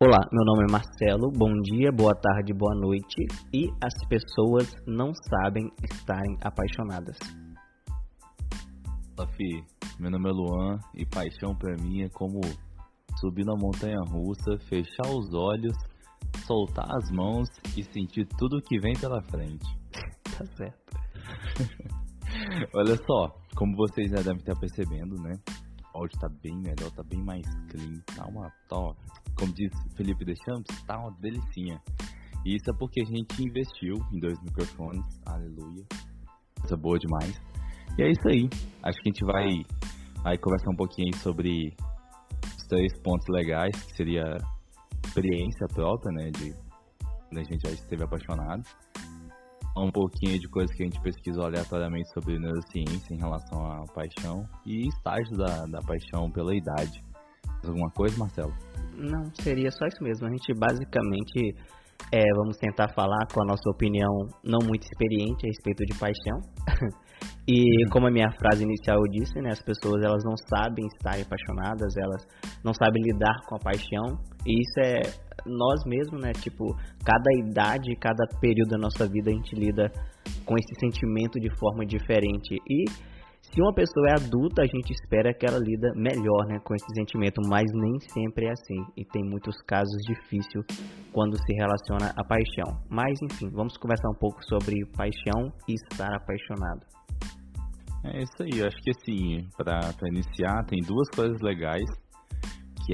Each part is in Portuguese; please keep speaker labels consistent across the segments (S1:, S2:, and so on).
S1: Olá, meu nome é Marcelo, bom dia, boa tarde, boa noite. E as pessoas não sabem estarem apaixonadas.
S2: Fala, fi. Meu nome é Luan e paixão pra mim é como subir na montanha russa, fechar os olhos, soltar as mãos e sentir tudo que vem pela frente.
S1: Tá certo.
S2: Olha só, como vocês já devem estar percebendo, né? O áudio tá bem melhor, tá bem mais clean, como diz Felipe Deschamps, tá uma delicinha. E isso é porque a gente investiu em 2 microfones, aleluia, coisa boa demais. E é isso aí, acho que a gente vai conversar um pouquinho aí sobre os 3 pontos legais, que seria experiência própria, né, de quando a gente já esteve apaixonado. Um pouquinho de coisas que a gente pesquisou aleatoriamente sobre neurociência em relação à paixão e estágios da paixão pela idade. Alguma coisa, Marcelo?
S1: Não, seria só isso mesmo. A gente basicamente vamos tentar falar com a nossa opinião não muito experiente a respeito de paixão. E como a minha frase inicial eu disse, né, as pessoas elas não sabem estar apaixonadas, elas não sabem lidar com a paixão. E isso é nós mesmos, né, tipo, cada idade, cada período da nossa vida a gente lida com esse sentimento de forma diferente. E se uma pessoa é adulta, a gente espera que ela lida melhor, né, com esse sentimento, mas nem sempre é assim. E tem muitos casos difíceis quando se relaciona à paixão. Mas, enfim, vamos conversar um pouco sobre paixão e estar apaixonado.
S2: É isso aí, eu acho que assim, para iniciar, tem 2 coisas legais, que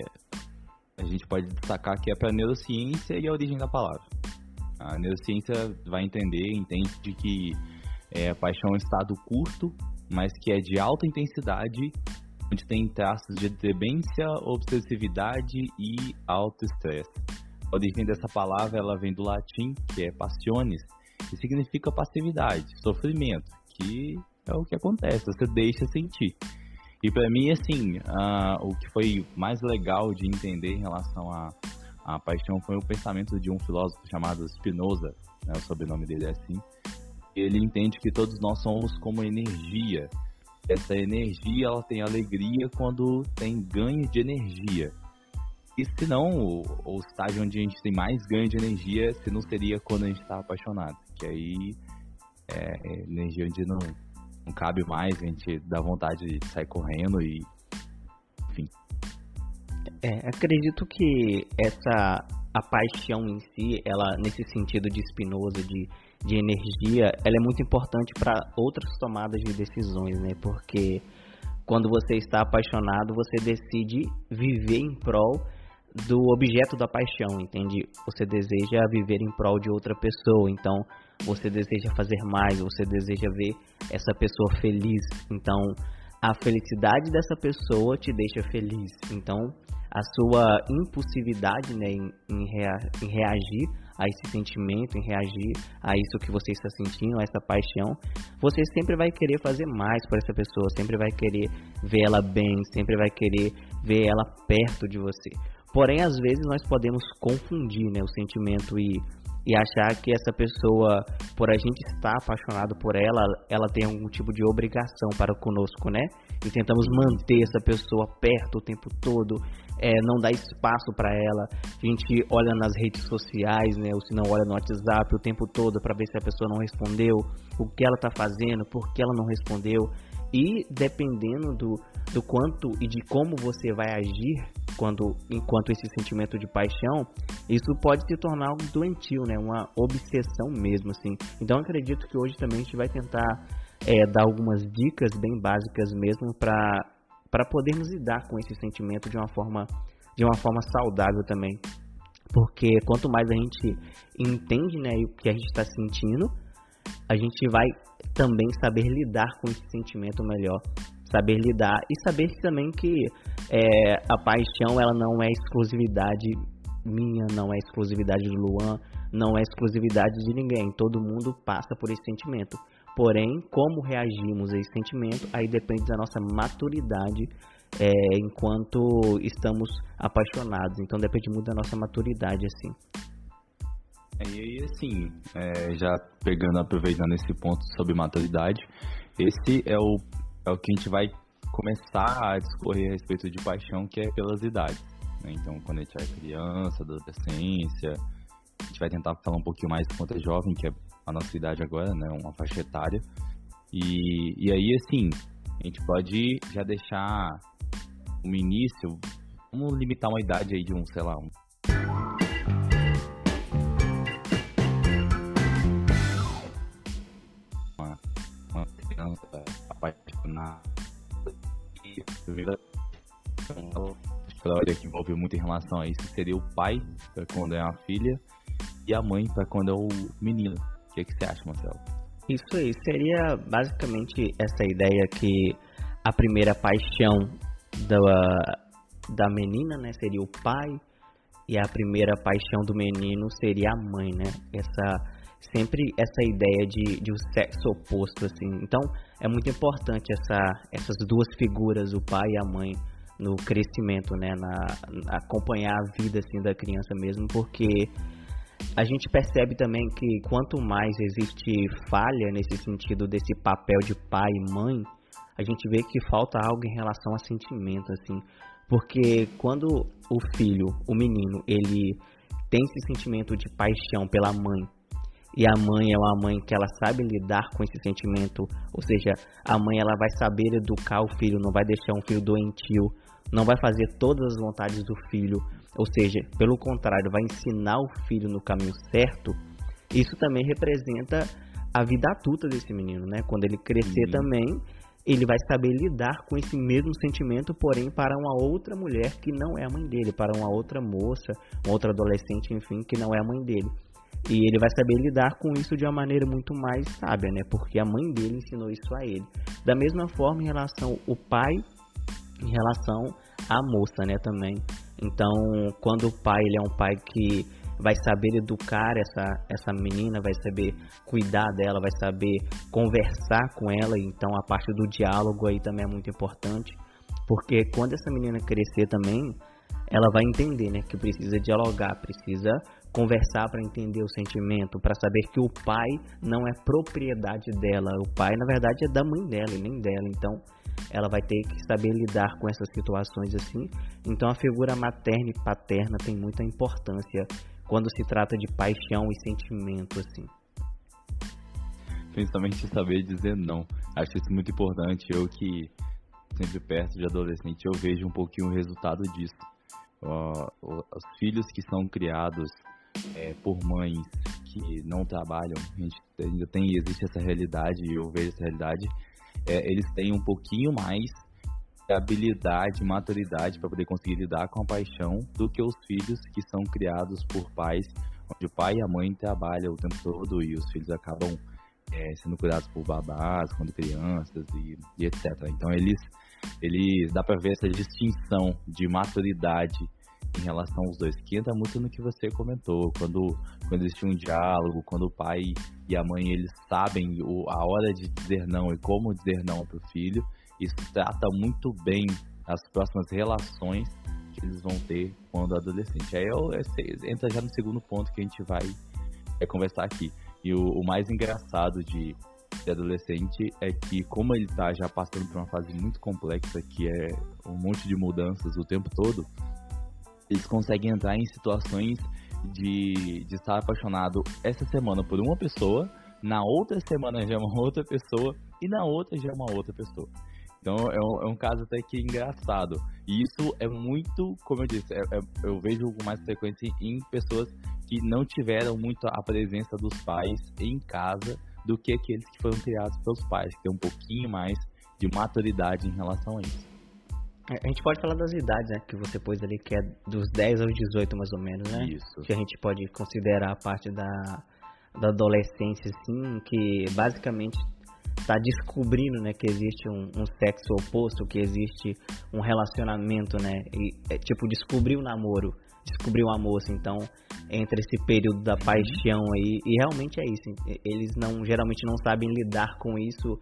S2: a gente pode destacar que é para a neurociência e a origem da palavra. A neurociência entende que a paixão é um estado curto, mas que é de alta intensidade, onde tem traços de demência, obsessividade e alto estresse. A origem dessa palavra ela vem do latim, que é passiones, que significa passividade, sofrimento, que é o que acontece, você deixa sentir. E para mim, assim, o que foi mais legal de entender em relação à paixão foi o pensamento de um filósofo chamado Spinoza, né, o sobrenome dele é assim. Ele entende que todos nós somos como energia. Essa energia ela tem alegria quando tem ganho de energia. E se não, o estágio onde a gente tem mais ganho de energia, se não seria quando a gente está apaixonado. Que aí é energia onde não cabe mais, a gente dá vontade de sair correndo e enfim.
S1: Acredito que a paixão em si, ela nesse sentido de Spinoza, de energia, ela é muito importante para outras tomadas de decisões, né? Porque quando você está apaixonado, você decide viver em prol do objeto da paixão, entende? Você deseja viver em prol de outra pessoa, então você deseja fazer mais, você deseja ver essa pessoa feliz, então a felicidade dessa pessoa te deixa feliz, então a sua impulsividade, né, em reagir a esse sentimento, em reagir a isso que você está sentindo, a essa paixão, você sempre vai querer fazer mais para essa pessoa, sempre vai querer ver ela bem, sempre vai querer ver ela perto de você. Porém, às vezes nós podemos confundir, né, o sentimento e achar que essa pessoa, por a gente estar apaixonado por ela, ela tem algum tipo de obrigação para conosco, né? E tentamos manter essa pessoa perto o tempo todo, não dar espaço para ela. A gente olha nas redes sociais, né? Ou se não olha no WhatsApp o tempo todo para ver se a pessoa não respondeu, o que ela está fazendo, por que ela não respondeu. E dependendo do quanto e de como você vai agir enquanto esse sentimento de paixão, isso pode se tornar algo doentio, né? Uma obsessão mesmo, assim. Então acredito que hoje também a gente vai tentar dar algumas dicas bem básicas mesmo para podermos lidar com esse sentimento de uma forma saudável também. Porque quanto mais a gente entende, né, o que a gente está sentindo, a gente vai também saber lidar com esse sentimento melhor, saber lidar e saber também que a paixão ela não é exclusividade minha, não é exclusividade do Luan, não é exclusividade de ninguém, todo mundo passa por esse sentimento, porém como reagimos a esse sentimento aí depende da nossa maturidade enquanto estamos apaixonados, então depende muito da nossa maturidade assim.
S2: E aí, assim, já aproveitando esse ponto sobre maturidade, esse é o que a gente vai começar a discorrer a respeito de paixão, que é pelas idades. né? Então, quando a gente é criança, adolescência, a gente vai tentar falar um pouquinho mais quanto é jovem, que é a nossa idade agora, né? Uma faixa etária. E aí, assim, a gente pode já deixar um início, vamos limitar uma idade aí de sei lá, uma criança apaixonada. A área que envolve muito em relação a isso seria o pai, para quando é uma filha, e a mãe, para quando é o menino. O que você acha, Marcelo?
S1: Isso aí, seria basicamente essa ideia que a primeira paixão da menina, né, seria o pai, e a primeira paixão do menino seria a mãe, né? Sempre essa ideia de um sexo oposto, assim. Então, é muito importante essas duas figuras, o pai e a mãe, no crescimento, né? Acompanhar a vida, assim, da criança mesmo, porque a gente percebe também que quanto mais existe falha nesse sentido desse papel de pai e mãe, a gente vê que falta algo em relação a sentimento, assim. Porque quando o filho, o menino, ele tem esse sentimento de paixão pela mãe, e a mãe é uma mãe que ela sabe lidar com esse sentimento, ou seja, a mãe ela vai saber educar o filho, não vai deixar um filho doentio, não vai fazer todas as vontades do filho, ou seja, pelo contrário, vai ensinar o filho no caminho certo. Isso também representa a vida adulta desse menino, né? Quando ele crescer também, ele vai saber lidar com esse mesmo sentimento, porém para uma outra mulher que não é a mãe dele, para uma outra moça, uma outra adolescente, enfim, que não é a mãe dele. E ele vai saber lidar com isso de uma maneira muito mais sábia, né? Porque a mãe dele ensinou isso a ele. Da mesma forma, em relação ao pai, em relação à moça, né, também. Então, quando o pai, ele é um pai que vai saber educar essa menina, vai saber cuidar dela, vai saber conversar com ela, então a parte do diálogo aí também é muito importante, porque quando essa menina crescer também, ela vai entender, né, que precisa dialogar, precisa conversar para entender o sentimento, para saber que o pai não é propriedade dela, o pai na verdade é da mãe dela e nem dela, então ela vai ter que saber lidar com essas situações assim. Então a figura materna e paterna tem muita importância quando se trata de paixão e sentimento, assim.
S2: Principalmente saber dizer não. Acho isso muito importante. Eu que sempre perto de adolescente, eu vejo um pouquinho o resultado disso. Os filhos que são criados por mães que não trabalham, a gente ainda existe essa realidade, e eu vejo essa realidade, eles têm um pouquinho mais de habilidade, maturidade para poder conseguir lidar com a paixão do que os filhos que são criados por pais, onde o pai e a mãe trabalham o tempo todo e os filhos acabam sendo cuidados por babás quando crianças e etc. Então eles dá para ver essa distinção de maturidade em relação aos dois, que entra muito no que você comentou, quando existe um diálogo, quando o pai e a mãe eles sabem a hora de dizer não e como dizer não para o filho. Isso trata muito bem as próximas relações que eles vão ter quando adolescente. Aí entra já no segundo ponto que a gente vai conversar aqui. E o mais engraçado de adolescente é que, como ele está já passando por uma fase muito complexa, que é um monte de mudanças o tempo todo, eles conseguem entrar em situações de estar apaixonado essa semana por uma pessoa, na outra semana já é uma outra pessoa e na outra já é uma outra pessoa. Então é um caso até que engraçado. E isso é muito, como eu disse, eu vejo com mais frequência em pessoas que não tiveram muito a presença dos pais em casa do que aqueles que foram criados pelos pais, que tem um pouquinho mais de maturidade em relação a isso.
S1: A gente pode falar das idades, né, que você pôs ali, que é dos 10 aos 18 mais ou menos, né?
S2: Isso.
S1: Que a gente pode considerar a parte da adolescência, assim, que basicamente está descobrindo, né, que existe um sexo oposto, que existe um relacionamento, né, e tipo, descobrir o namoro, descobrir o amor, assim. Então, entre esse período da paixão aí, e realmente é isso, eles geralmente não sabem lidar com isso,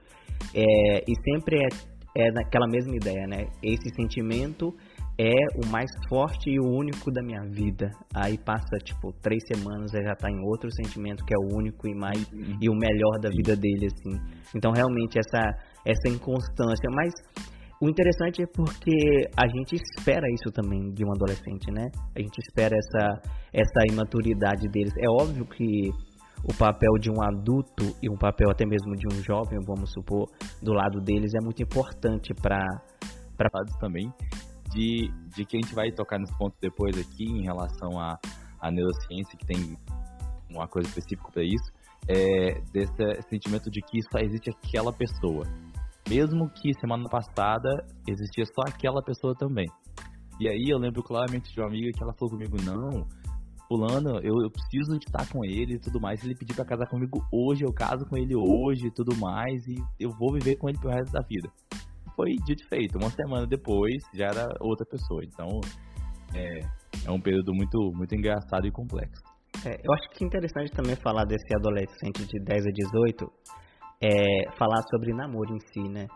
S1: e sempre é naquela mesma ideia, né, esse sentimento é o mais forte e o único da minha vida. Aí passa, tipo, 3 semanas, já tá em outro sentimento que é o único e o melhor da vida dele, assim. Então, realmente, essa inconstância. Mas O interessante é porque a gente espera isso também de um adolescente, né? A gente espera essa imaturidade deles. É óbvio que o papel de um adulto e um papel até mesmo de um jovem, vamos supor, do lado deles é muito importante para
S2: também de que a gente vai tocar nesse ponto depois aqui em relação à neurociência, que tem uma coisa específica para isso, desse sentimento de que só existe aquela pessoa. Mesmo que semana passada existia só aquela pessoa também. E aí eu lembro claramente de uma amiga que ela falou comigo, não, fulano, eu preciso de estar com ele e tudo mais. Ele pediu pra casar comigo hoje, eu caso com ele hoje e tudo mais, e eu vou viver com ele pro resto da vida. Foi dito e feito, uma semana depois já era outra pessoa. Então é um período muito, muito engraçado e complexo.
S1: Eu acho que é interessante também falar desse adolescente de 10 a 18, falar sobre namoro em si, né?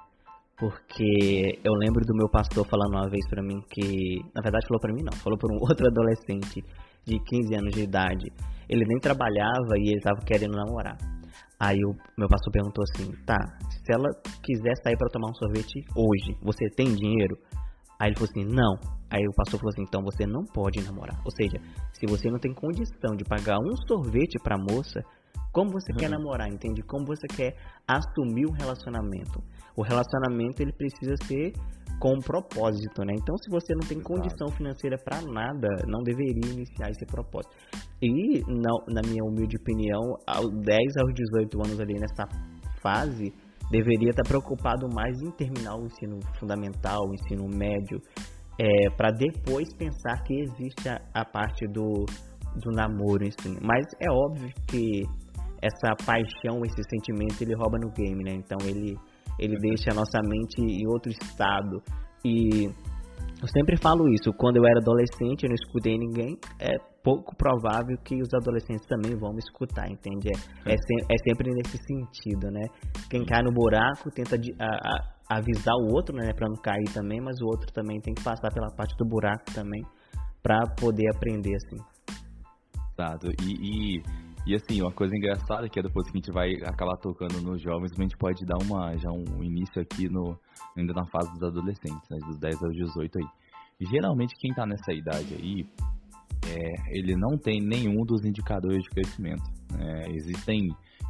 S1: Porque eu lembro do meu pastor falando uma vez pra mim que, na verdade falou pra mim não, falou pra um outro adolescente de 15 anos de idade. Ele nem trabalhava e ele tava querendo namorar. Aí o meu pastor perguntou assim, tá, se ela quiser sair pra tomar um sorvete hoje, você tem dinheiro? Aí ele falou assim, não. Aí o pastor falou assim, então você não pode namorar. Ou seja, se você não tem condição de pagar um sorvete pra moça, como você quer namorar, entende? Como você quer assumir um relacionamento. O relacionamento, ele precisa ser com um propósito, né? Então, se você não tem condição financeira para nada, não deveria iniciar esse propósito. E, na minha humilde opinião, aos 10 aos 18 anos ali nessa fase, deveria estar preocupado mais em terminar o ensino fundamental, o ensino médio, para depois pensar que existe a parte do namoro, enfim. Mas é óbvio que essa paixão, esse sentimento, ele rouba no game, né? Então ele deixa a nossa mente em outro estado. E eu sempre falo isso, quando eu era adolescente, eu não escutei ninguém, é pouco provável que os adolescentes também vão me escutar, entende? É sempre nesse sentido, né? Quem cai no buraco tenta avisar o outro, né? Pra não cair também, mas o outro também tem que passar pela parte do buraco também, pra poder aprender, assim.
S2: Exato, e assim, uma coisa engraçada que depois que a gente vai acabar tocando nos jovens, a gente pode dar já um início aqui ainda na fase dos adolescentes, né, dos 10 aos 18 aí. E geralmente quem tá nessa idade aí, ele não tem nenhum dos indicadores de crescimento. Existem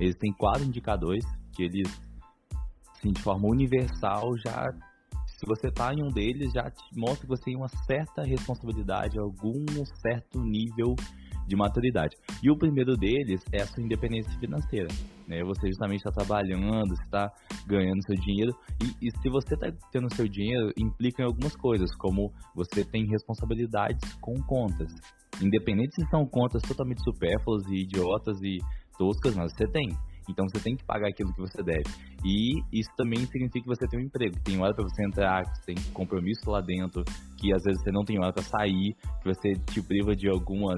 S2: 4 indicadores que eles, assim, de forma universal, se você tá em um deles, já te mostra que você tem uma certa responsabilidade, algum certo nível de maturidade. E o primeiro deles é a sua independência financeira, né? Você justamente está trabalhando, você está ganhando seu dinheiro, e se você está tendo seu dinheiro, implica em algumas coisas, como você tem responsabilidades com contas, independente se são contas totalmente supérfluas e idiotas e toscas, mas você tem. Então você tem que pagar aquilo que você deve. E isso também significa que você tem um emprego. Tem hora para você entrar, que você tem compromisso lá dentro, que às vezes você não tem hora para sair, que você te priva de algumas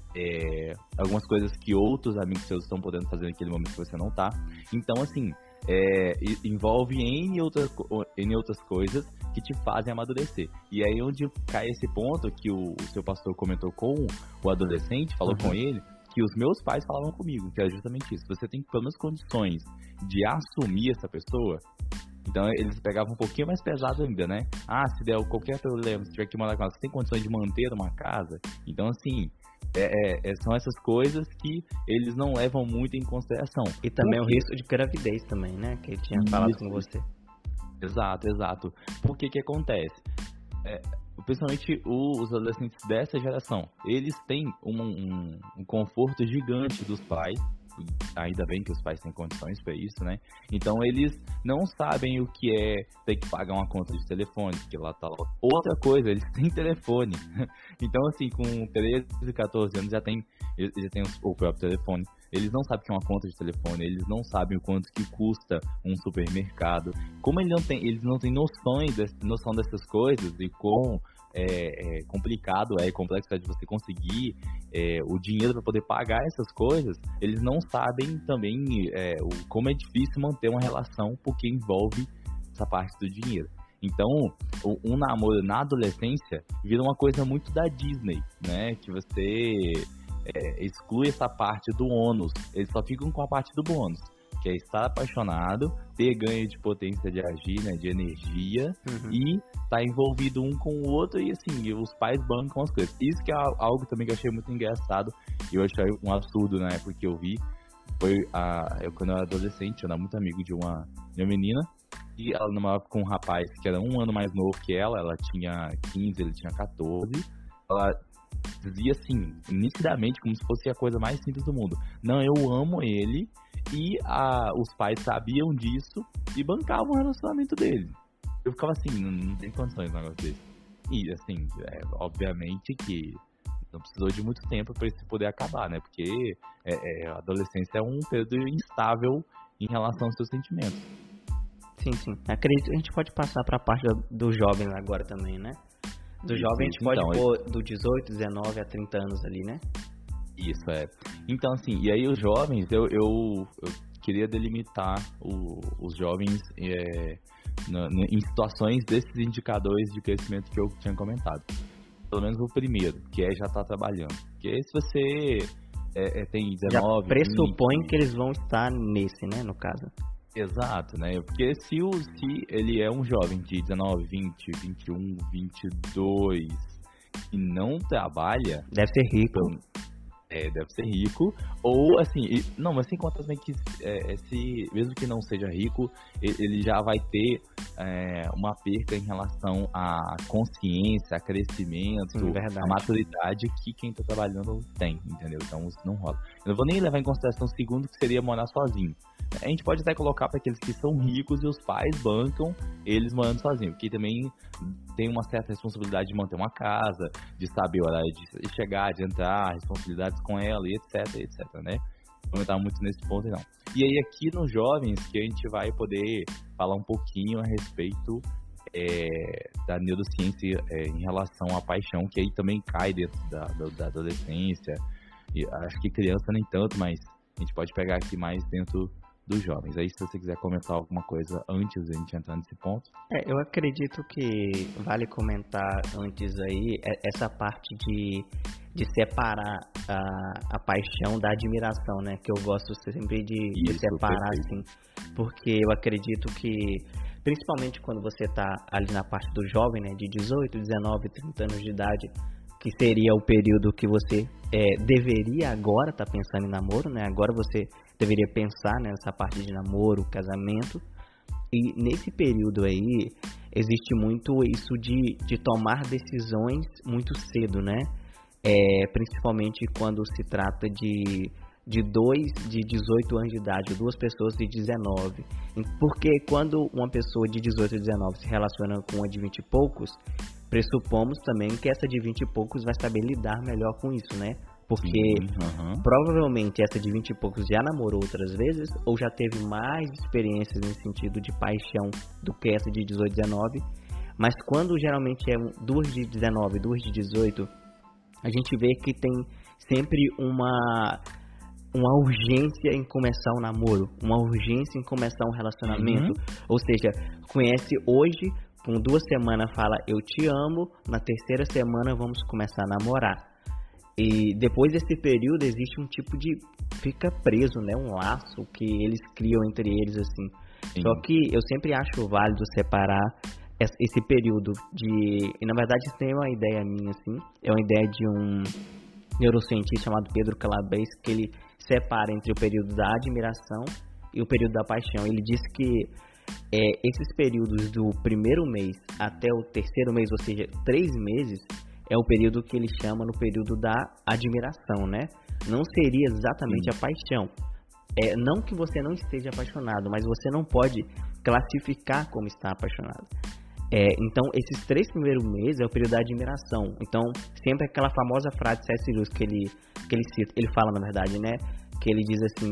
S2: coisas que outros amigos seus estão podendo fazer naquele momento que você não tá. Então, assim, envolve N outras coisas que te fazem amadurecer. E aí onde cai esse ponto que o seu pastor comentou com o adolescente, falou com ele, que os meus pais falavam comigo, que era justamente isso. Você tem pelo menos condições de assumir essa pessoa. Então eles pegavam um pouquinho mais pesado ainda, né? Se der qualquer problema, se tiver que morar com ela, você tem condições de manter uma casa. Então, assim, são essas coisas que eles não levam muito em consideração.
S1: E também o risco de gravidez também, né? Que ele tinha falado com você.
S2: Exato. Por que acontece? Principalmente os adolescentes dessa geração, eles têm um conforto gigante dos pais. Ainda bem que os pais têm condições para isso, né? Então eles não sabem o que é ter que pagar uma conta de telefone, que lá tá lá. Outra coisa, eles têm telefone. Então, assim, com 13, 14 anos já tem o próprio telefone. Eles não sabem o que é uma conta de telefone, eles não sabem o quanto que custa um supermercado. Como eles não têm noção dessas coisas e quão complicado e complexo é de você conseguir o dinheiro para poder pagar essas coisas, eles não sabem também como é difícil manter uma relação porque envolve essa parte do dinheiro. Então, um namoro na adolescência vira uma coisa muito da Disney, né? Que você exclui essa parte do ônus, eles só ficam com a parte do bônus. que é estar apaixonado, ter ganho de potência de agir, né, de energia, e tá envolvido um com o outro, e assim, os pais bancam as coisas. Isso que é algo também que eu achei muito engraçado, e eu achei um absurdo na época que eu vi. Foi quando eu era adolescente, eu era muito amigo de uma menina, e ela namorava com um rapaz que era um ano mais novo que ela tinha 15, ele tinha 14. Ela dizia assim, nitidamente, como se fosse a coisa mais simples do mundo: não, eu amo ele, e os pais sabiam disso e bancavam o relacionamento dele. Eu ficava assim, não tem condições de um negócio desse. E assim, obviamente que não precisou de muito tempo para isso poder acabar, né? Porque a adolescência é um período instável em relação aos seus sentimentos.
S1: Sim. Acredito que a gente pode passar para a parte dos jovens agora também, né? Do jovem a gente pode pôr do 18, 19 a 30 anos ali, né?
S2: Isso, Então, assim, e aí os jovens, eu queria delimitar os jovens em situações desses indicadores de crescimento que eu tinha comentado. Pelo menos o primeiro, que já estar trabalhando. Porque se você tem 19,
S1: já pressupõe
S2: 20,
S1: que eles vão estar nesse, né, no caso.
S2: Exato, né? Porque se ele é um jovem de 19, 20, 21, 22 e não trabalha...
S1: Deve ser rico.
S2: Deve ser rico. Ou, assim... Não, mas sem contar também que mesmo que não seja rico, ele já vai ter uma perca em relação à consciência, a crescimento, a maturidade que quem tá trabalhando tem, entendeu? Então isso não rola. Eu não vou nem levar em consideração o segundo, que seria morar sozinho. A gente pode até colocar para aqueles que são ricos e os pais bancam eles morando sozinhos, porque também tem uma certa responsabilidade de manter uma casa, de saber a hora de chegar, de entrar, responsabilidades com ela, e etc, né? Não vou entrar muito nesse ponto, não. E aí aqui nos jovens que a gente vai poder falar um pouquinho a respeito da neurociência em relação à paixão, que aí também cai dentro da adolescência, e acho que criança nem tanto, mas a gente pode pegar aqui mais dentro dos jovens. Aí, se você quiser comentar alguma coisa antes de a gente entrar nesse ponto.
S1: Eu acredito que vale comentar antes aí essa parte de separar a paixão da admiração, né? Que eu gosto sempre de separar, assim, porque eu acredito que, principalmente quando você tá ali na parte do jovem, né? De 18, 19, 30 anos de idade, que seria o período que você deveria agora estar pensando em namoro, né? Agora você deveria pensar nessa parte de namoro, casamento. E nesse período aí, existe muito isso de tomar decisões muito cedo, né? Principalmente quando se trata de 18 anos de idade, duas pessoas de 19. Porque quando uma pessoa de 18 e 19 se relaciona com uma de 20 e poucos, pressupomos também que essa de 20 e poucos vai saber lidar melhor com isso, né? Porque provavelmente essa de 20 e poucos já namorou outras vezes, ou já teve mais experiências nesse sentido de paixão do que essa de 18 e 19. Mas quando geralmente duas de 19 e duas de 18, a gente vê que tem sempre uma urgência em começar um namoro, uma urgência em começar um relacionamento. Ou seja, conhece hoje, com 2 semanas fala eu te amo, na 3ª semana vamos começar a namorar. E depois desse período existe um tipo de... fica preso, né? Um laço que eles criam entre eles, assim. Sim. Só que eu sempre acho válido separar esse período de... E na verdade isso tem uma ideia minha, assim. É uma ideia de um neurocientista chamado Pedro Calabres, que ele separa entre o período da admiração e o período da paixão. Ele diz que esses períodos do primeiro mês até o 3º mês, ou seja, 3 meses... é o período que ele chama no período da admiração, né? Não seria exatamente a paixão. Não que você não esteja apaixonado, mas você não pode classificar como está apaixonado. Então, esses 3 primeiros meses é o período da admiração. Então, sempre aquela famosa frase de C.S. Lewis que ele cita, ele fala, na verdade, né? Que ele diz assim,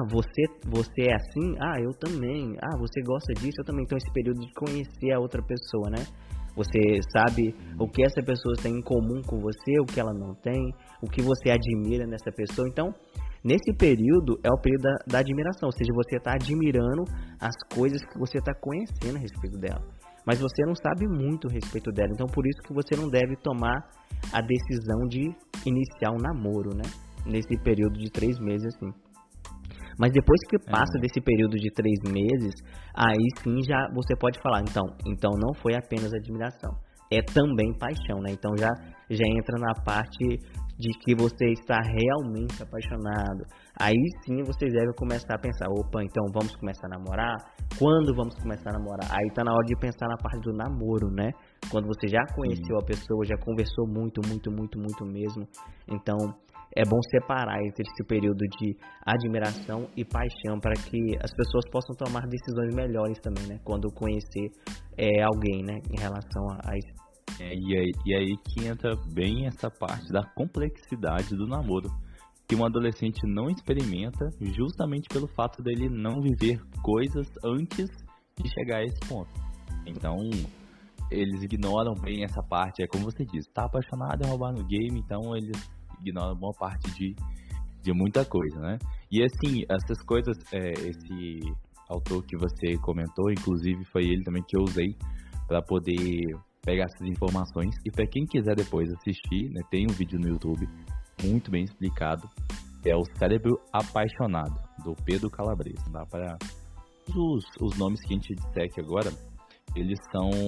S1: você é assim? Eu também. Você gosta disso? Eu também. Então, esse período de conhecer a outra pessoa, né? Você sabe o que essa pessoa tem em comum com você, o que ela não tem, o que você admira nessa pessoa. Então, nesse período, é o período da admiração. Ou seja, você está admirando as coisas que você está conhecendo a respeito dela. Mas você não sabe muito a respeito dela. Então, por isso que você não deve tomar a decisão de iniciar um namoro, né? Nesse período de 3 meses, assim. Mas depois que passa desse período de 3 meses, aí sim já você pode falar, então não foi apenas admiração, é também paixão, né? Então já entra na parte de que você está realmente apaixonado. Aí sim vocês devem começar a pensar, opa, então vamos começar a namorar? Quando vamos começar a namorar? Aí tá na hora de pensar na parte do namoro, né? Quando você já conheceu a pessoa, já conversou muito mesmo. Então é bom separar entre esse período de admiração e paixão para que as pessoas possam tomar decisões melhores também, né? Quando conhecer alguém, né? Em relação a isso.
S2: E aí que entra bem essa parte da complexidade do namoro, que um adolescente não experimenta justamente pelo fato dele não viver coisas antes de chegar a esse ponto. Então, eles ignoram bem essa parte, é como você disse, tá apaixonado em roubar no game, então eles ignoram boa parte de muita coisa, né? E assim, essas coisas, esse autor que você comentou, inclusive foi ele também que eu usei para poder pegar essas informações. E para quem quiser depois assistir, né, tem um vídeo no YouTube muito bem explicado, é o Cérebro Apaixonado, do Pedro Calabres. Dá para os nomes que a gente disser aqui agora, eles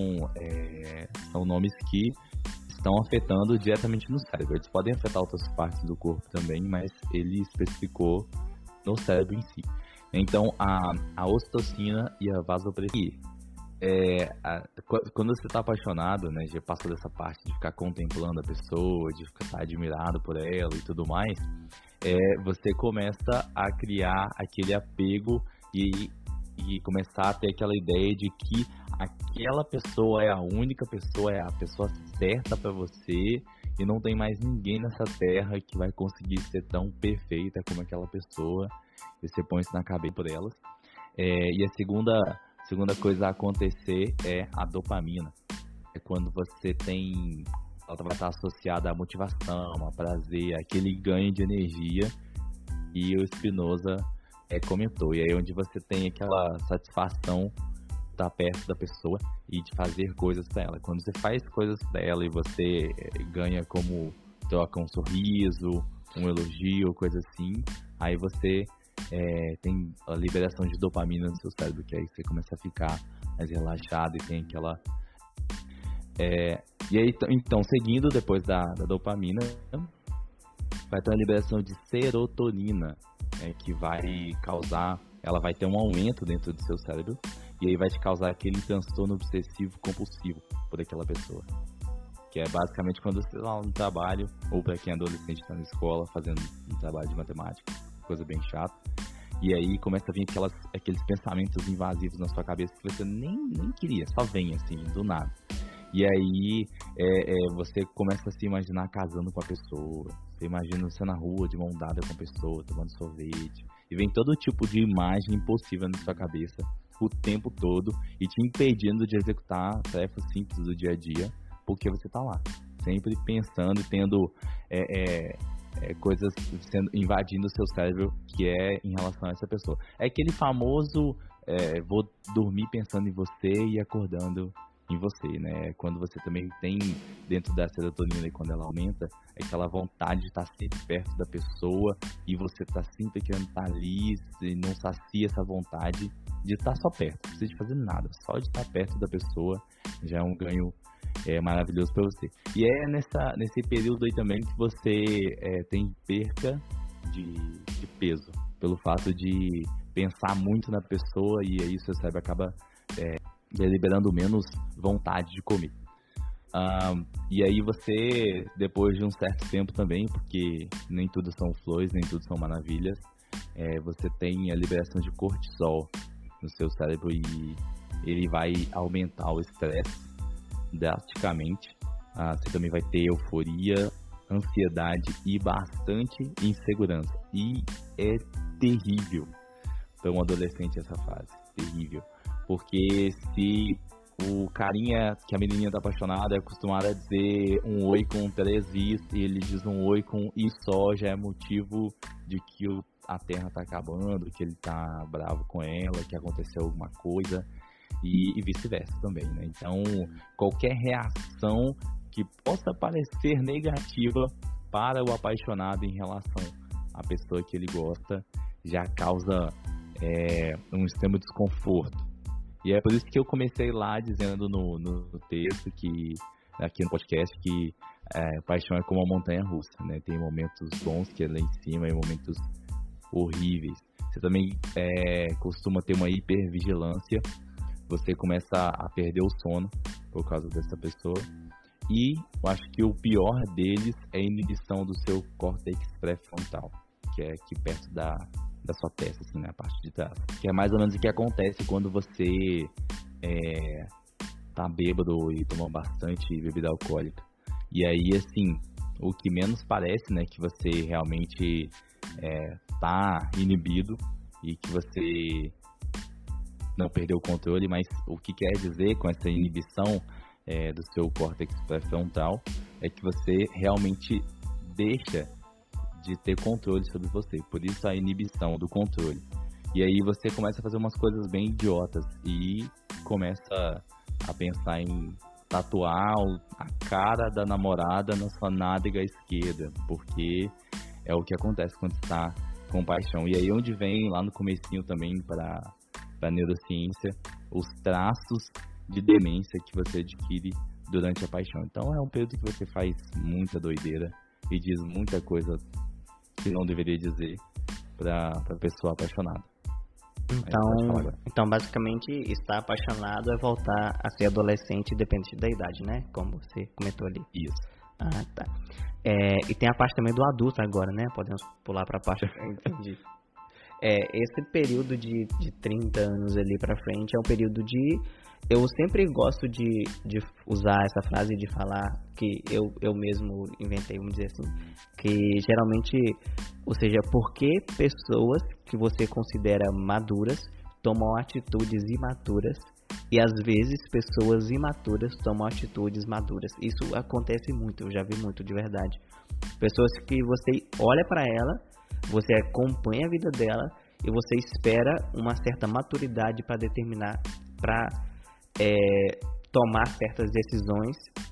S2: são nomes que estão afetando diretamente no cérebro. Eles podem afetar outras partes do corpo também, mas ele especificou no cérebro em si. Então, a ocitocina e a vasopressina. Quando você está apaixonado, né, já passou dessa parte de ficar contemplando a pessoa, de ficar admirado por ela e tudo mais, você começa a criar aquele apego e começar a ter aquela ideia de que aquela pessoa é a única pessoa, é a pessoa certa para você e não tem mais ninguém nessa terra que vai conseguir ser tão perfeita como aquela pessoa. E você põe isso na cabeça por elas. E a segunda coisa a acontecer é a dopamina. É quando você tem... Ela vai estar associada à motivação, a prazer, aquele ganho de energia. E o Spinoza comentou. E aí onde você tem aquela satisfação de estar perto da pessoa e de fazer coisas para ela. Quando você faz coisas para ela e você ganha como troca um sorriso, um elogio, coisa assim, aí você... tem a liberação de dopamina no seu cérebro, que aí você começa a ficar mais relaxado e tem aquela... E aí, então, seguindo depois da dopamina, vai ter a liberação de serotonina, que vai causar... Ela vai ter um aumento dentro do seu cérebro e aí vai te causar aquele transtorno obsessivo compulsivo por aquela pessoa. Que é basicamente quando você está no trabalho, ou para quem é adolescente está na escola fazendo um trabalho de matemática, coisa bem chata, e aí começa a vir aqueles pensamentos invasivos na sua cabeça que você nem queria, só vem assim, do nada. E aí você começa a se imaginar casando com a pessoa, você imagina você na rua de mão dada com a pessoa, tomando sorvete, e vem todo tipo de imagem impossível na sua cabeça o tempo todo e te impedindo de executar tarefas simples do dia a dia, porque você tá lá, sempre pensando e tendo coisas invadindo o seu cérebro que é em relação a essa pessoa. É aquele famoso vou dormir pensando em você e acordando em você, né? Quando você também tem dentro da serotonina e quando ela aumenta, aquela vontade de estar sempre perto da pessoa e você tá sempre querendo estar ali e não sacia essa vontade de estar só perto, não precisa de fazer nada, só de estar perto da pessoa já é um ganho maravilhoso para você. E é nesse período aí também que você tem perca de peso, pelo fato de pensar muito na pessoa e aí seu cérebro acaba liberando menos vontade de comer. E aí você, depois de um certo tempo também, porque nem tudo são flores, nem tudo são maravilhas, você tem a liberação de cortisol no seu cérebro e ele vai aumentar o estresse drasticamente. Você também vai ter euforia, ansiedade e bastante insegurança. E é terrível para um adolescente essa fase, terrível. Porque se o carinha que a menininha tá apaixonada é acostumado a dizer um oi com 3 is e ele diz um oi com i só, já é motivo de que a terra tá acabando, que ele tá bravo com ela, que aconteceu alguma coisa e vice-versa também, né? Então, qualquer reação que possa parecer negativa para o apaixonado em relação à pessoa que ele gosta já causa um extremo desconforto. E é por isso que eu comecei lá dizendo no texto, aqui no podcast, que paixão é como uma montanha russa, né? Tem momentos bons que é lá em cima e momentos horríveis. Você também costuma ter uma hipervigilância, você começa a perder o sono por causa dessa pessoa. E eu acho que o pior deles é a inibição do seu córtex pré-frontal, que é aqui perto da sua testa, assim, na parte de trás. Que é mais ou menos o que acontece quando você tá bêbado e toma bastante bebida alcoólica. E aí, assim, o que menos parece, né, que você realmente tá inibido e que você não perdeu o controle, mas o que quer dizer com essa inibição do seu córtex pré-frontal é que você realmente deixa de ter controle sobre você, por isso a inibição do controle. E aí você começa a fazer umas coisas bem idiotas e começa a pensar em tatuar a cara da namorada na sua nádega esquerda, porque é o que acontece quando está com paixão. E aí onde vem, lá no comecinho também, para a neurociência, os traços de demência que você adquire durante a paixão. Então é um período que você faz muita doideira e diz muita coisa que não deveria dizer para pessoa apaixonada.
S1: Então, basicamente, estar apaixonado é voltar a ser adolescente, independente da idade, né? Como você comentou ali.
S2: Isso.
S1: Ah, tá. E tem a parte também do adulto agora, né? Podemos pular para a parte... Entendi. Esse período de 30 anos ali pra frente é um período de... Eu sempre gosto de usar essa frase, de falar que eu mesmo inventei, vamos dizer assim, que geralmente, ou seja, por que pessoas que você considera maduras tomam atitudes imaturas e às vezes pessoas imaturas tomam atitudes maduras. Isso acontece muito, eu já vi muito, de verdade. Pessoas que você olha pra ela, você acompanha a vida dela e você espera uma certa maturidade para determinar, para tomar certas decisões,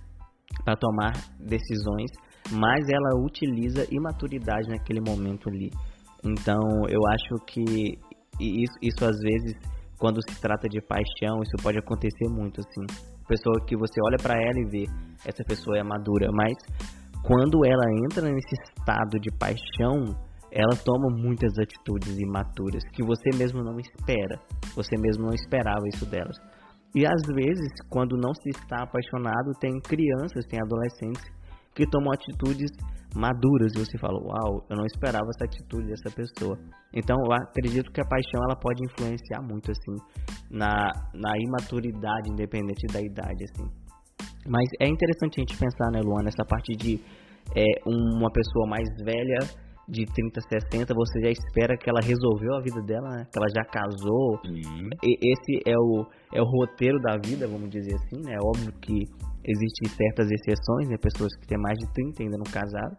S1: mas ela utiliza imaturidade naquele momento ali. Então eu acho que isso às vezes, quando se trata de paixão, isso pode acontecer muito, assim. Pessoa que você olha pra ela e vê, essa pessoa é madura, mas quando ela entra nesse estado de paixão, ela toma muitas atitudes imaturas que você mesmo não espera, você mesmo não esperava isso delas. E às vezes, quando não se está apaixonado, tem crianças, tem adolescentes que tomam atitudes maduras e você fala, uau, eu não esperava essa atitude dessa pessoa. Então eu acredito que a paixão ela pode influenciar muito, assim, na imaturidade, independente da idade, assim. Mas é interessante a gente pensar, né, Luana, nessa parte de uma pessoa mais velha, de 30, 60, você já espera que ela resolveu a vida dela, né? Que ela já casou. Esse é o roteiro da vida, vamos dizer assim, né? É óbvio que existem certas exceções, né? Pessoas que têm mais de 30 ainda não casaram.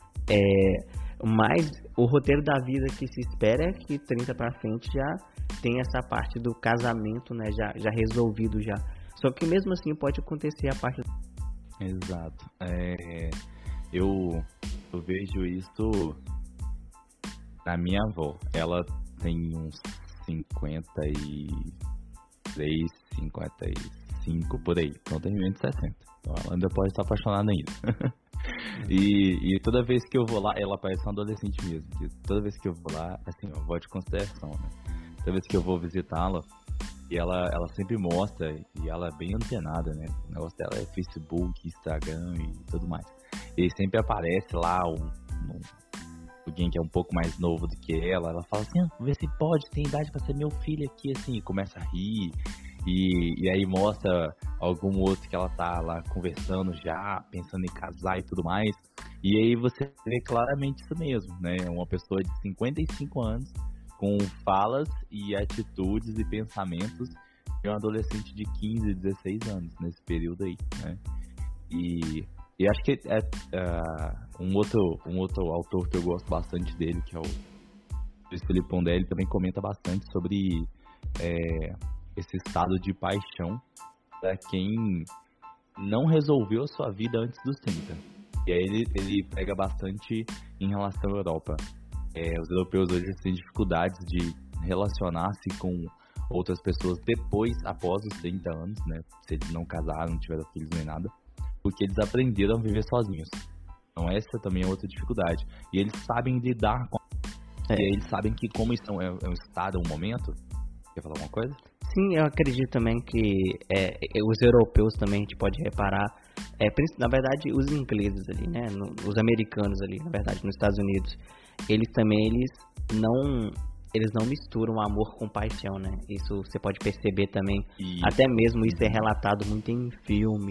S1: Mas o roteiro da vida que se espera é que 30 para frente já tem essa parte do casamento, né? Já resolvido já. Só que mesmo assim pode acontecer a parte...
S2: Exato. Eu vejo isso na minha avó. Ela tem uns 53, 55 por aí. Então tem menos de 60. Então ela ainda pode estar apaixonada ainda. E toda vez que eu vou lá, ela parece uma adolescente mesmo. Toda vez que eu vou lá, assim, eu vou de consideração, né? Toda vez que eu vou visitá-la, e ela sempre mostra, e ela é bem antenada, né? O negócio dela é Facebook, Instagram e tudo mais. E sempre aparece lá alguém que é um pouco mais novo do que ela. Ela fala assim, vê se pode, tem idade pra ser meu filho aqui, assim. E começa a rir. E aí mostra algum outro que ela tá lá conversando já, pensando em casar e tudo mais. E aí você vê claramente isso mesmo, né? Uma pessoa de 55 anos com falas e atitudes e pensamentos de um adolescente de 15, 16 anos nesse período aí, né? E acho que um outro autor que eu gosto bastante dele, que é o Luiz Felipe Pondé, ele também comenta bastante sobre esse estado de paixão para quem não resolveu a sua vida antes dos 30. E aí ele pega bastante em relação à Europa. Ele fala assim, você Os europeus hoje têm dificuldades de relacionar-se com outras pessoas após os 30 anos, né? Se eles não casaram, não tiveram filhos nem nada, porque eles aprenderam a viver sozinhos. Então essa também é outra dificuldade. E eles sabem lidar com... E aí eles sabem que como isso é um estado, um momento... Quer falar alguma coisa?
S1: Sim, eu acredito também que os europeus também, a gente pode reparar, na verdade, os ingleses ali, né? Os americanos ali, na verdade, nos Estados Unidos, eles não misturam amor com paixão, né? Isso você pode perceber também. E... Até mesmo isso é relatado muito em filme,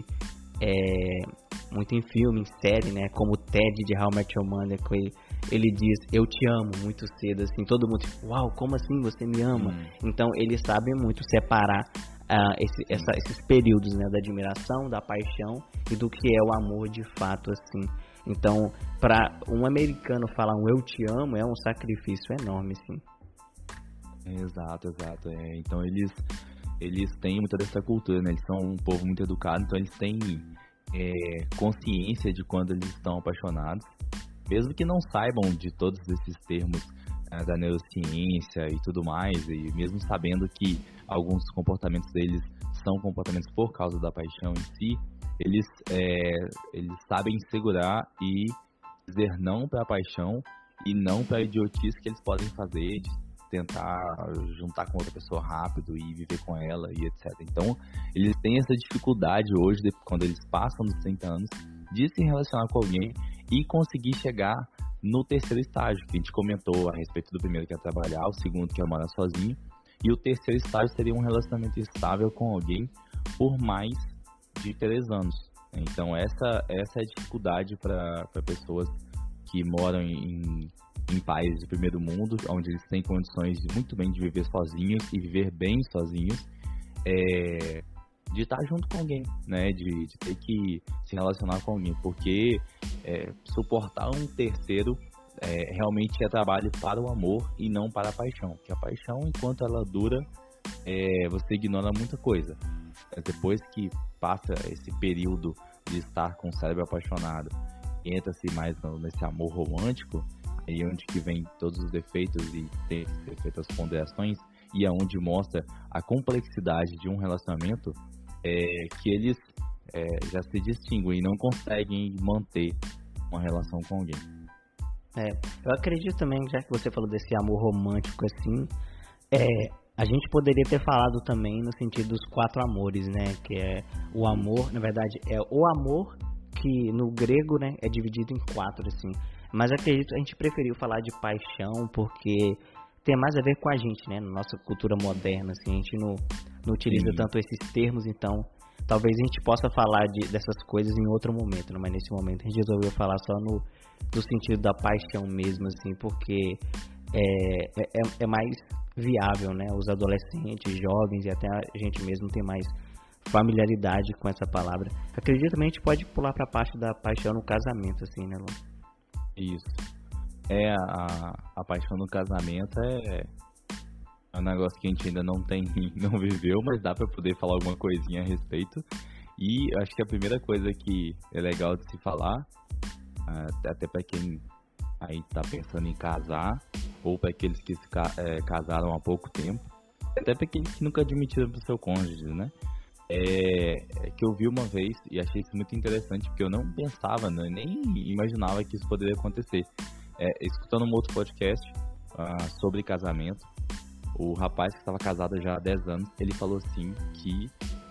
S1: em série, né? Como o Ted de How I Met Your Mother, ele diz, eu te amo, muito cedo, assim, todo mundo, uau, como assim você me ama? Então, eles sabem muito separar esses períodos, né? Da admiração, da paixão e do que é o amor de fato, assim. Então, para um americano falar um eu te amo é um sacrifício enorme, sim.
S2: Exato. Então, eles têm muita dessa cultura, né? Eles são um povo muito educado, então eles têm consciência de quando eles estão apaixonados, mesmo que não saibam de todos esses termos da neurociência e tudo mais, e mesmo sabendo que alguns comportamentos deles são comportamentos por causa da paixão em si, eles sabem segurar e dizer não para a paixão e não para a idiotice que eles podem fazer, de tentar juntar com outra pessoa rápido e viver com ela e etc. Então, eles têm essa dificuldade hoje, quando eles passam dos 30 anos, de se relacionar com alguém e conseguir chegar no terceiro estágio, que a gente comentou a respeito do primeiro, que é trabalhar, o segundo, que é morar sozinho, e o terceiro estágio seria um relacionamento estável com alguém por mais de 3 anos. Então, essa é a dificuldade para pessoas que moram em países do primeiro mundo, onde eles têm condições muito bem de viver sozinhos e viver bem sozinhos, de estar junto com alguém, né? De ter que se relacionar com alguém, porque suportar um terceiro realmente é trabalho para o amor e não para a paixão, porque a paixão, enquanto ela dura, você ignora muita coisa. Depois que passa esse período de estar com o cérebro apaixonado, entra-se mais nesse amor romântico, aí onde que vem todos os defeitos e tem que ser feitas as ponderações, e aonde mostra a complexidade de um relacionamento, que eles já se distinguem e não conseguem manter uma relação com alguém.
S1: Eu acredito também, já que você falou desse amor romântico assim, a gente poderia ter falado também no sentido dos 4 amores, né? Que é o amor, na verdade, é o amor que no grego, né, é dividido em 4, assim. Mas acredito, a gente preferiu falar de paixão porque tem mais a ver com a gente, né? Na nossa cultura moderna, assim, a gente não utiliza tanto esses termos, então talvez a gente possa falar dessas coisas em outro momento, né? Mas nesse momento a gente resolveu falar só no sentido da paixão mesmo, assim, porque é mais viável, né? Os adolescentes, jovens e até a gente mesmo tem mais familiaridade com essa palavra. Acredito também a gente pode pular para a parte da paixão no casamento, assim, né, Lu?
S2: Isso. A paixão no casamento é um negócio que a gente ainda não viveu, mas dá para poder falar alguma coisinha a respeito. E acho que a primeira coisa que é legal de se falar, até para quem aí tá pensando em casar, ou para aqueles que se casaram há pouco tempo, até para aqueles que nunca admitiram pro seu cônjuge, né? Que eu vi uma vez e achei isso muito interessante, porque eu não pensava, nem imaginava que isso poderia acontecer. Escutando um outro podcast sobre casamento, o rapaz que estava casado já há 10 anos, ele falou assim que...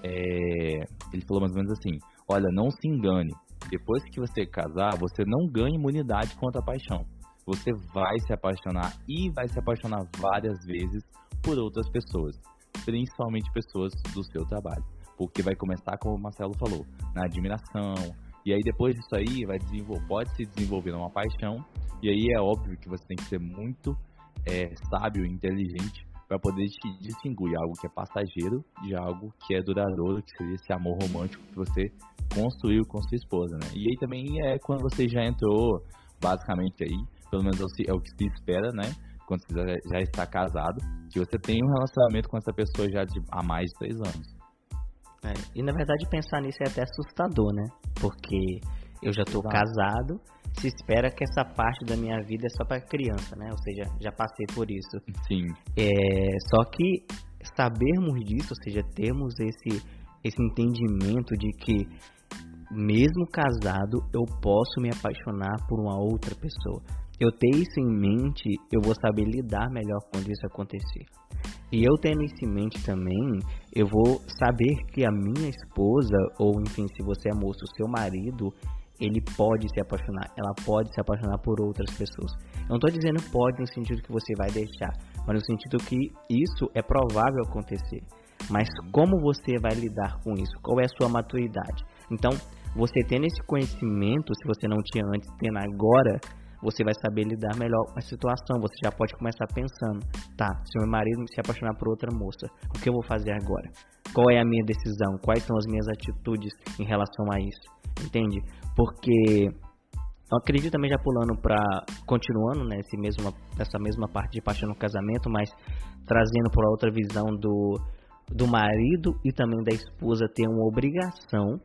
S2: ele falou mais ou menos assim: olha, não se engane, depois que você casar, você não ganha imunidade contra a paixão. Você vai se apaixonar e vai se apaixonar várias vezes por outras pessoas, principalmente pessoas do seu trabalho. Porque vai começar, como o Marcelo falou, na admiração, e aí depois disso aí pode se desenvolver uma paixão, e aí é óbvio que você tem que ser muito sábio e inteligente para poder te distinguir algo que é passageiro de algo que é duradouro, que seria esse amor romântico que você construiu com sua esposa, né? E aí também é quando você já entrou, basicamente aí, pelo menos é o que se espera, né? Quando você já está casado, que você tem um relacionamento com essa pessoa já há mais de 3 anos.
S1: E na verdade pensar nisso é até assustador, né? Porque eu já tô casado, se espera que essa parte da minha vida é só para criança, né? Ou seja, já passei por isso.
S2: Sim.
S1: Só que sabermos disso, ou seja, termos esse entendimento de que mesmo casado eu posso me apaixonar por uma outra pessoa. Eu ter isso em mente, eu vou saber lidar melhor quando isso acontecer. E eu tendo isso em mente também, eu vou saber que a minha esposa, ou enfim, se você é moço, o seu marido, ele pode se apaixonar, ela pode se apaixonar por outras pessoas. Eu não estou dizendo pode no sentido que você vai deixar, mas no sentido que isso é provável acontecer. Mas como você vai lidar com isso? Qual é a sua maturidade? Então, você tendo esse conhecimento, se você não tinha antes, tendo agora, você vai saber lidar melhor com a situação. Você já pode começar pensando, tá, se meu marido se apaixonar por outra moça, o que eu vou fazer agora? Qual é a minha decisão? Quais são as minhas atitudes em relação a isso? Entende? Porque eu acredito também, já pulando para, continuando nessa mesma parte de paixão no casamento, mas trazendo para outra visão do marido e também da esposa ter uma obrigação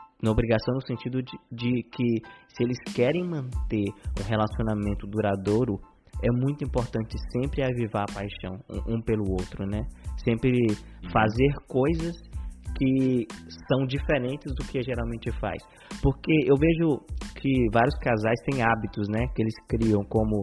S1: no sentido de que se eles querem manter um relacionamento duradouro, é muito importante sempre avivar a paixão um pelo outro, né? Sempre fazer coisas que são diferentes do que geralmente faz. Porque eu vejo que vários casais têm hábitos, né? Que eles criam como,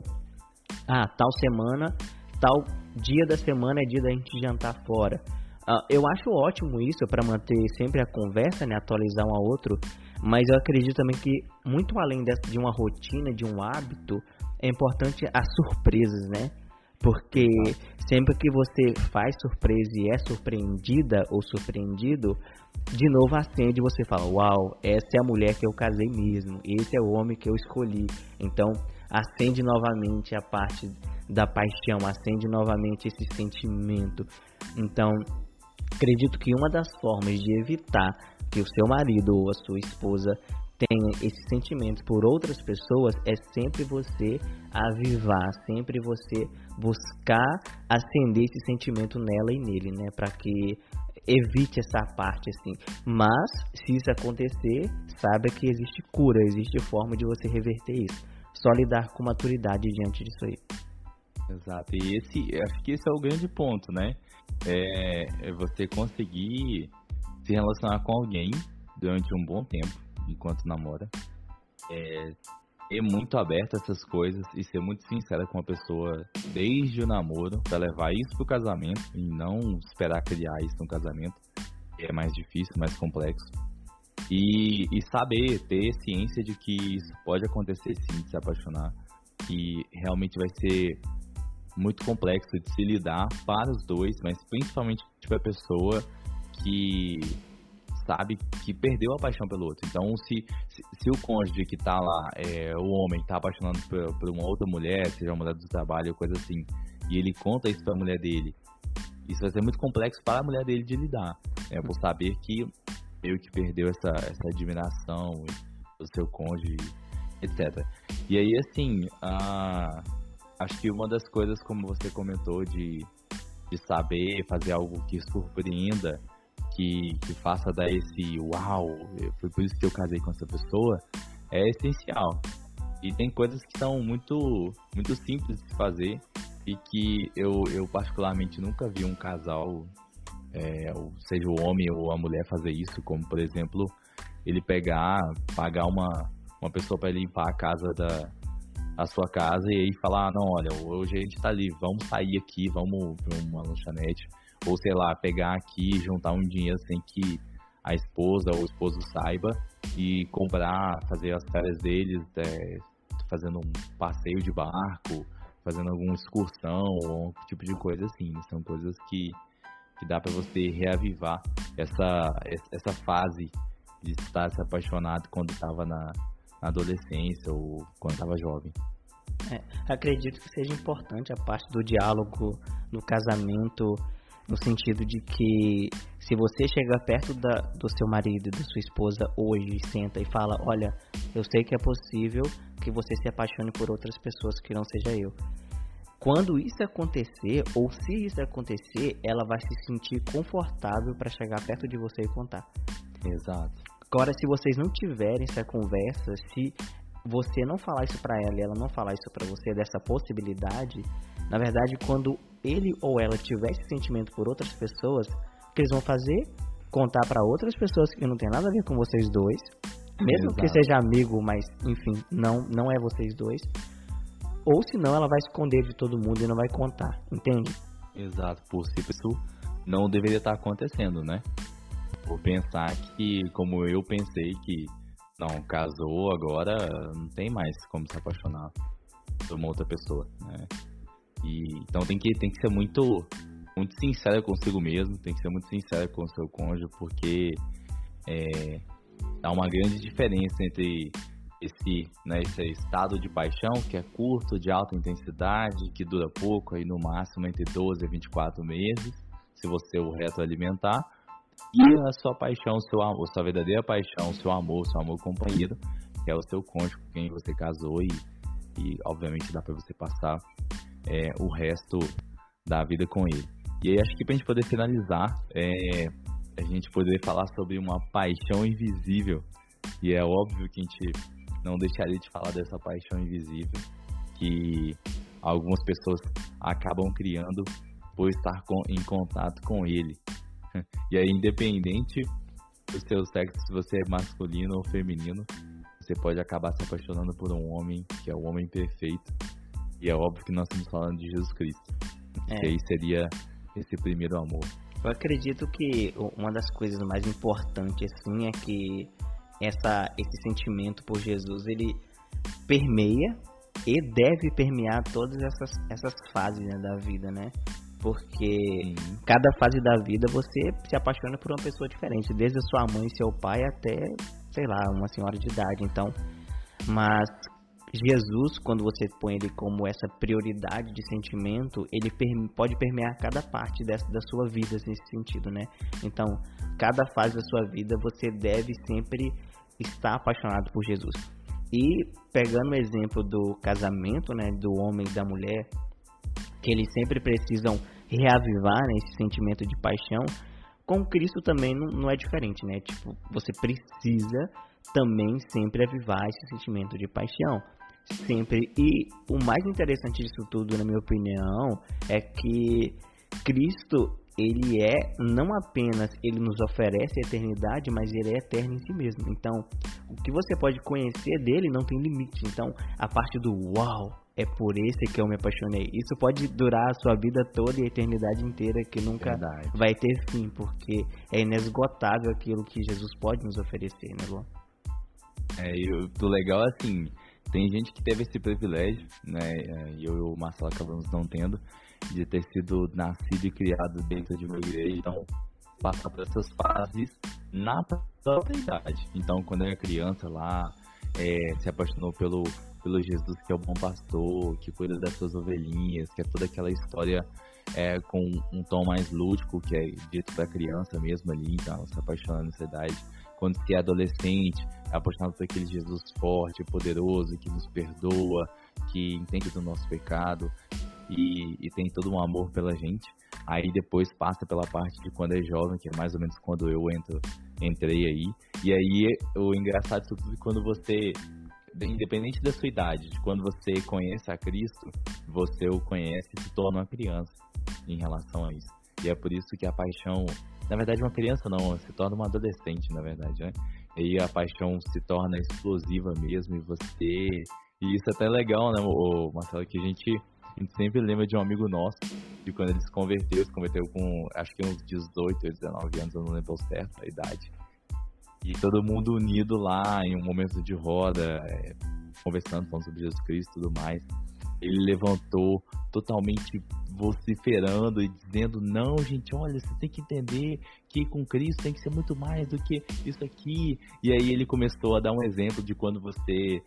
S1: tal semana, tal dia da semana é dia da gente jantar fora. Eu acho ótimo isso para manter sempre a conversa, né? Atualizar um ao outro. Mas eu acredito também que, muito além de uma rotina, de um hábito, é importante as surpresas, né? Porque sempre que você faz surpresa e é surpreendida ou surpreendido, de novo acende e você fala, uau, essa é a mulher que eu casei mesmo, esse é o homem que eu escolhi. Então, acende novamente a parte da paixão, acende novamente esse sentimento. Então, acredito que uma das formas de evitar que o seu marido ou a sua esposa tenha esses sentimentos por outras pessoas é sempre você avivar, sempre você buscar acender esse sentimento nela e nele, né? Para que evite essa parte, assim. Mas, se isso acontecer, saiba que existe cura, existe forma de você reverter isso. Só lidar com maturidade diante disso aí.
S2: Exato. E acho que esse é o grande ponto, né? É você conseguir se relacionar com alguém durante um bom tempo, enquanto namora, ser muito aberto a essas coisas e ser muito sincera com a pessoa desde o namoro, para levar isso pro casamento e não esperar criar isso no casamento, que é mais difícil, mais complexo. E saber, ter ciência de que isso pode acontecer sim, de se apaixonar, que realmente vai ser muito complexo de se lidar para os dois, mas principalmente para a pessoa que sabe que perdeu a paixão pelo outro. Então, se o cônjuge que tá lá, o homem tá apaixonado por uma outra mulher, seja uma mulher do trabalho ou coisa assim, e ele conta isso pra mulher dele, isso vai ser muito complexo para a mulher dele de lidar, né? Por saber que meio que perdeu essa admiração do seu cônjuge, etc. E aí, assim, acho que uma das coisas, como você comentou, de saber fazer algo que surpreenda, que faça dar esse uau, foi por isso que eu casei com essa pessoa, é essencial. E tem coisas que são muito, muito simples de fazer e que eu particularmente nunca vi um casal, seja o homem ou a mulher, fazer isso, como por exemplo, ele pagar uma pessoa para limpar a casa a sua casa e aí falar, não, olha, hoje a gente tá livre, vamos sair aqui, vamos pra uma lanchonete, ou sei lá, pegar aqui, juntar um dinheiro sem que a esposa ou o esposo saiba e comprar, fazer as férias deles, fazendo um passeio de barco, fazendo alguma excursão ou um tipo de coisa assim. São coisas que dá pra você reavivar essa fase de estar se apaixonado quando estava na adolescência ou quando estava jovem.
S1: Acredito que seja importante a parte do diálogo no casamento, no sentido de que se você chegar perto do seu marido e da sua esposa hoje, senta e fala, olha, eu sei que é possível que você se apaixone por outras pessoas que não seja eu. Quando isso acontecer, ou se isso acontecer, ela vai se sentir confortável para chegar perto de você e contar.
S2: Exato.
S1: Agora, se vocês não tiverem essa conversa, se você não falar isso pra ela e ela não falar isso pra você, dessa possibilidade, na verdade, quando ele ou ela tiver esse sentimento por outras pessoas, o que eles vão fazer? Contar pra outras pessoas que não tem nada a ver com vocês dois, mesmo que seja amigo, mas enfim, não é vocês dois. Ou senão ela vai esconder de todo mundo e não vai contar, entende?
S2: Exato, por si isso não deveria estar acontecendo, né? Por pensar que, como eu pensei que, não, casou agora, não tem mais como se apaixonar por uma outra pessoa, né? E, então tem que ser muito sincero consigo mesmo, tem que ser muito sincero com o seu cônjuge, porque há uma grande diferença entre esse estado de paixão, que é curto, de alta intensidade, que dura pouco, aí no máximo entre 12 e 24 meses, se você o retroalimentar, e a sua paixão, seu amor, sua verdadeira paixão, seu amor companheiro, que é o seu cônjuge com quem você casou, e obviamente dá para você passar o resto da vida com ele. E aí acho que pra gente poder finalizar, a gente poder falar sobre uma paixão invisível, e é óbvio que a gente não deixaria de falar dessa paixão invisível que algumas pessoas acabam criando por estar em contato com ele. E aí, independente do seu sexo, se você é masculino ou feminino, você pode acabar se apaixonando por um homem que é o homem perfeito. E é óbvio que nós estamos falando de Jesus Cristo. Que aí seria esse primeiro amor.
S1: Eu acredito que uma das coisas mais importantes, assim, é que esse sentimento por Jesus, ele permeia e deve permear todas essas fases, né, da vida, né? Porque cada fase da vida você se apaixona por uma pessoa diferente, desde a sua mãe e seu pai até, sei lá, uma senhora de idade. Então, mas Jesus, quando você põe ele como essa prioridade de sentimento, ele pode permear cada parte da sua vida nesse sentido, né? Então, cada fase da sua vida você deve sempre estar apaixonado por Jesus. E pegando o exemplo do casamento, né, do homem e da mulher, que eles sempre precisam reavivar, né, esse sentimento de paixão, com Cristo também não é diferente, né? Tipo, você precisa também sempre avivar esse sentimento de paixão. Sempre. E o mais interessante disso tudo, na minha opinião, é que Cristo, ele não apenas ele nos oferece a eternidade, mas ele é eterno em si mesmo. Então, o que você pode conhecer dele não tem limite. Então, a parte do uau, é por esse que eu me apaixonei. Isso pode durar a sua vida toda e a eternidade inteira, que nunca vai ter fim, porque é inesgotável aquilo que Jesus pode nos oferecer, né, Luan?
S2: E o legal é assim, tem gente que teve esse privilégio, né, e eu e o Marcelo acabamos não tendo, de ter sido nascido e criado dentro de uma igreja, então passar por essas fases na própria idade. Então, quando eu era criança lá, se apaixonou pelo Jesus, que é o bom pastor, que cuida das suas ovelhinhas, que é toda aquela história com um tom mais lúdico, que é dito para criança mesmo ali, então se apaixona nessa idade. Quando se é adolescente, é apaixonado por aquele Jesus forte, poderoso, que nos perdoa, que entende do nosso pecado e tem todo um amor pela gente. Aí depois passa pela parte de quando é jovem, que é mais ou menos quando eu entrei aí. E aí o engraçado disso tudo é quando você, independente da sua idade, de quando você conhece a Cristo, você o conhece e se torna uma criança em relação a isso. E é por isso que a paixão, na verdade uma criança não, se torna uma adolescente, na verdade, né? E aí a paixão se torna explosiva mesmo e isso é até legal, né, Marcelo, que a gente sempre lembra de um amigo nosso, de quando ele se converteu com, acho que uns 18 ou 19 anos, eu não lembro certo a idade. E todo mundo unido lá em um momento de roda, conversando, falando sobre Jesus Cristo e tudo mais. Ele levantou totalmente vociferando e dizendo, não, gente, olha, você tem que entender que com Cristo tem que ser muito mais do que isso aqui. E aí ele começou a dar um exemplo de quando você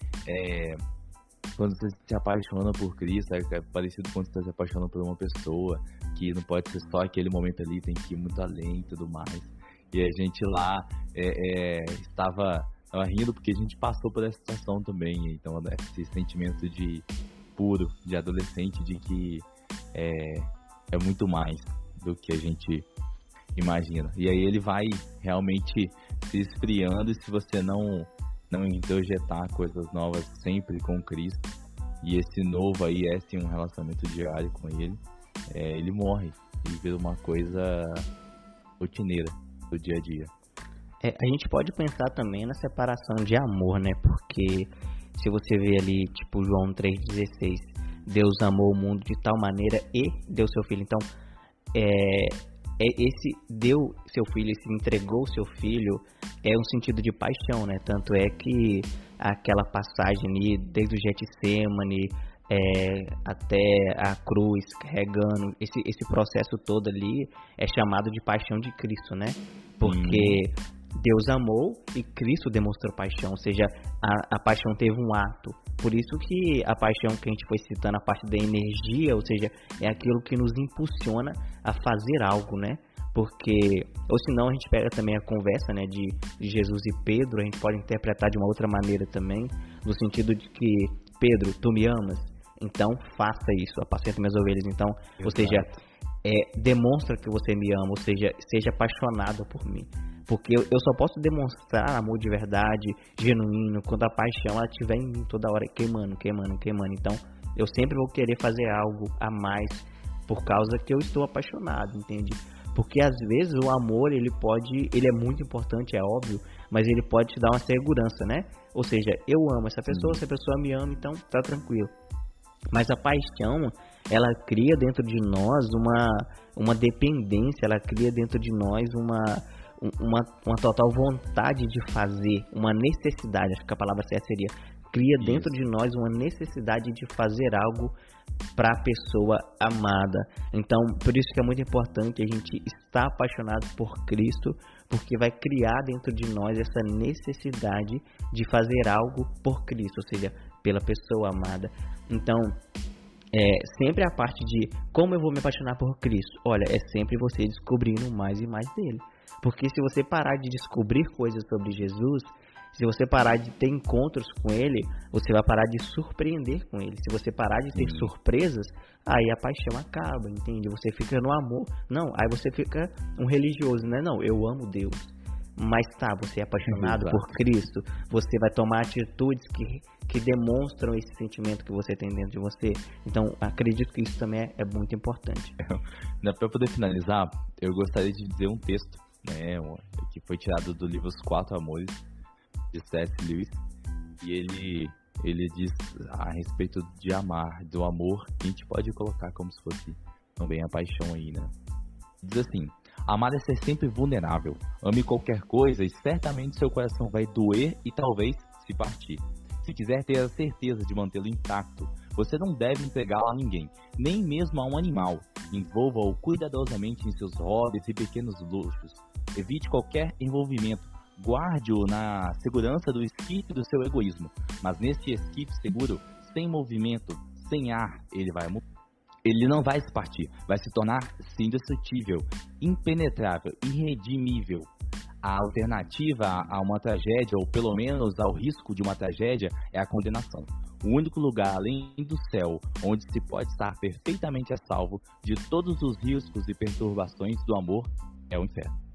S2: se apaixona por Cristo, é parecido com quando você se apaixona por uma pessoa, que não pode ser só aquele momento ali, tem que ir muito além e tudo mais. E a gente lá estava rindo porque a gente passou por essa situação também. Então, esse sentimento de puro, de adolescente, de que é muito mais do que a gente imagina. E aí ele vai realmente se esfriando, e se você não não introjetar coisas novas sempre com Cristo, e esse novo aí é sim um relacionamento diário com ele, ele morre e vira uma coisa rotineira do dia a dia.
S1: A gente pode pensar também na separação de amor, né? Porque se você vê ali, tipo, João 3,16, Deus amou o mundo de tal maneira e deu seu filho. Então, esse deu seu filho, esse entregou seu filho, é um sentido de paixão, né? Tanto é que aquela passagem ali, desde o Getsemane até a cruz, carregando, esse processo todo ali é chamado de paixão de Cristo, né? Porque Deus amou e Cristo demonstrou paixão, ou seja, a paixão teve um ato. Por isso que a paixão que a gente foi citando, a parte da energia, ou seja, é aquilo que nos impulsiona a fazer algo, né? Porque, ou senão a gente pega também a conversa, né, de Jesus e Pedro, a gente pode interpretar de uma outra maneira também, no sentido de que, Pedro, tu me amas? Então faça isso, apacenta minhas ovelhas. Então, exato. Ou seja, demonstra que você me ama, ou seja, seja apaixonado por mim. Porque eu só posso demonstrar amor de verdade, genuíno, quando a paixão ela estiver em mim toda hora queimando. Então, eu sempre vou querer fazer algo a mais por causa que eu estou apaixonado, entende? Porque às vezes o amor, ele é muito importante, é óbvio, mas ele pode te dar uma segurança, né? Ou seja, eu amo essa pessoa, essa pessoa me ama, então tá tranquilo. Mas a paixão, ela cria dentro de nós uma dependência, ela cria dentro de nós uma total vontade de fazer, uma necessidade, acho que a palavra certa seria, cria dentro de nós uma necessidade de fazer algo para a pessoa amada. Então, por isso que é muito importante a gente estar apaixonado por Cristo, porque vai criar dentro de nós essa necessidade de fazer algo por Cristo, ou seja, pela pessoa amada. Então, sempre a parte de como eu vou me apaixonar por Cristo. Olha, é sempre você descobrindo mais e mais dele. Porque se você parar de descobrir coisas sobre Jesus, se você parar de ter encontros com ele, você vai parar de surpreender com ele. Se você parar de ter surpresas, aí a paixão acaba, entende? Você fica no amor. Não, aí você fica um religioso, né? Não, eu amo Deus. Mas você é apaixonado por Cristo, você vai tomar atitudes que demonstram esse sentimento que você tem dentro de você. Então, acredito que isso também é muito importante.
S2: Para poder finalizar, eu gostaria de dizer um texto, né, que foi tirado do livro Os Quatro Amores, de C.S. Lewis, e ele diz a respeito de amar, do amor, que a gente pode colocar como se fosse também a paixão aí, né? Diz assim: amar é ser sempre vulnerável. Ame qualquer coisa e certamente seu coração vai doer e talvez se partir. Se quiser ter a certeza de mantê-lo intacto, você não deve entregá-lo a ninguém, nem mesmo a um animal. Envolva-o cuidadosamente em seus hobbies e pequenos luxos. Evite qualquer envolvimento. Guarde-o na segurança do esquife do seu egoísmo. Mas nesse esquife seguro, sem movimento, sem ar, ele não vai se partir, vai se tornar indestrutível, impenetrável, irredimível. A alternativa a uma tragédia, ou pelo menos ao risco de uma tragédia, é a condenação. O único lugar além do céu onde se pode estar perfeitamente a salvo de todos os riscos e perturbações do amor é o inferno.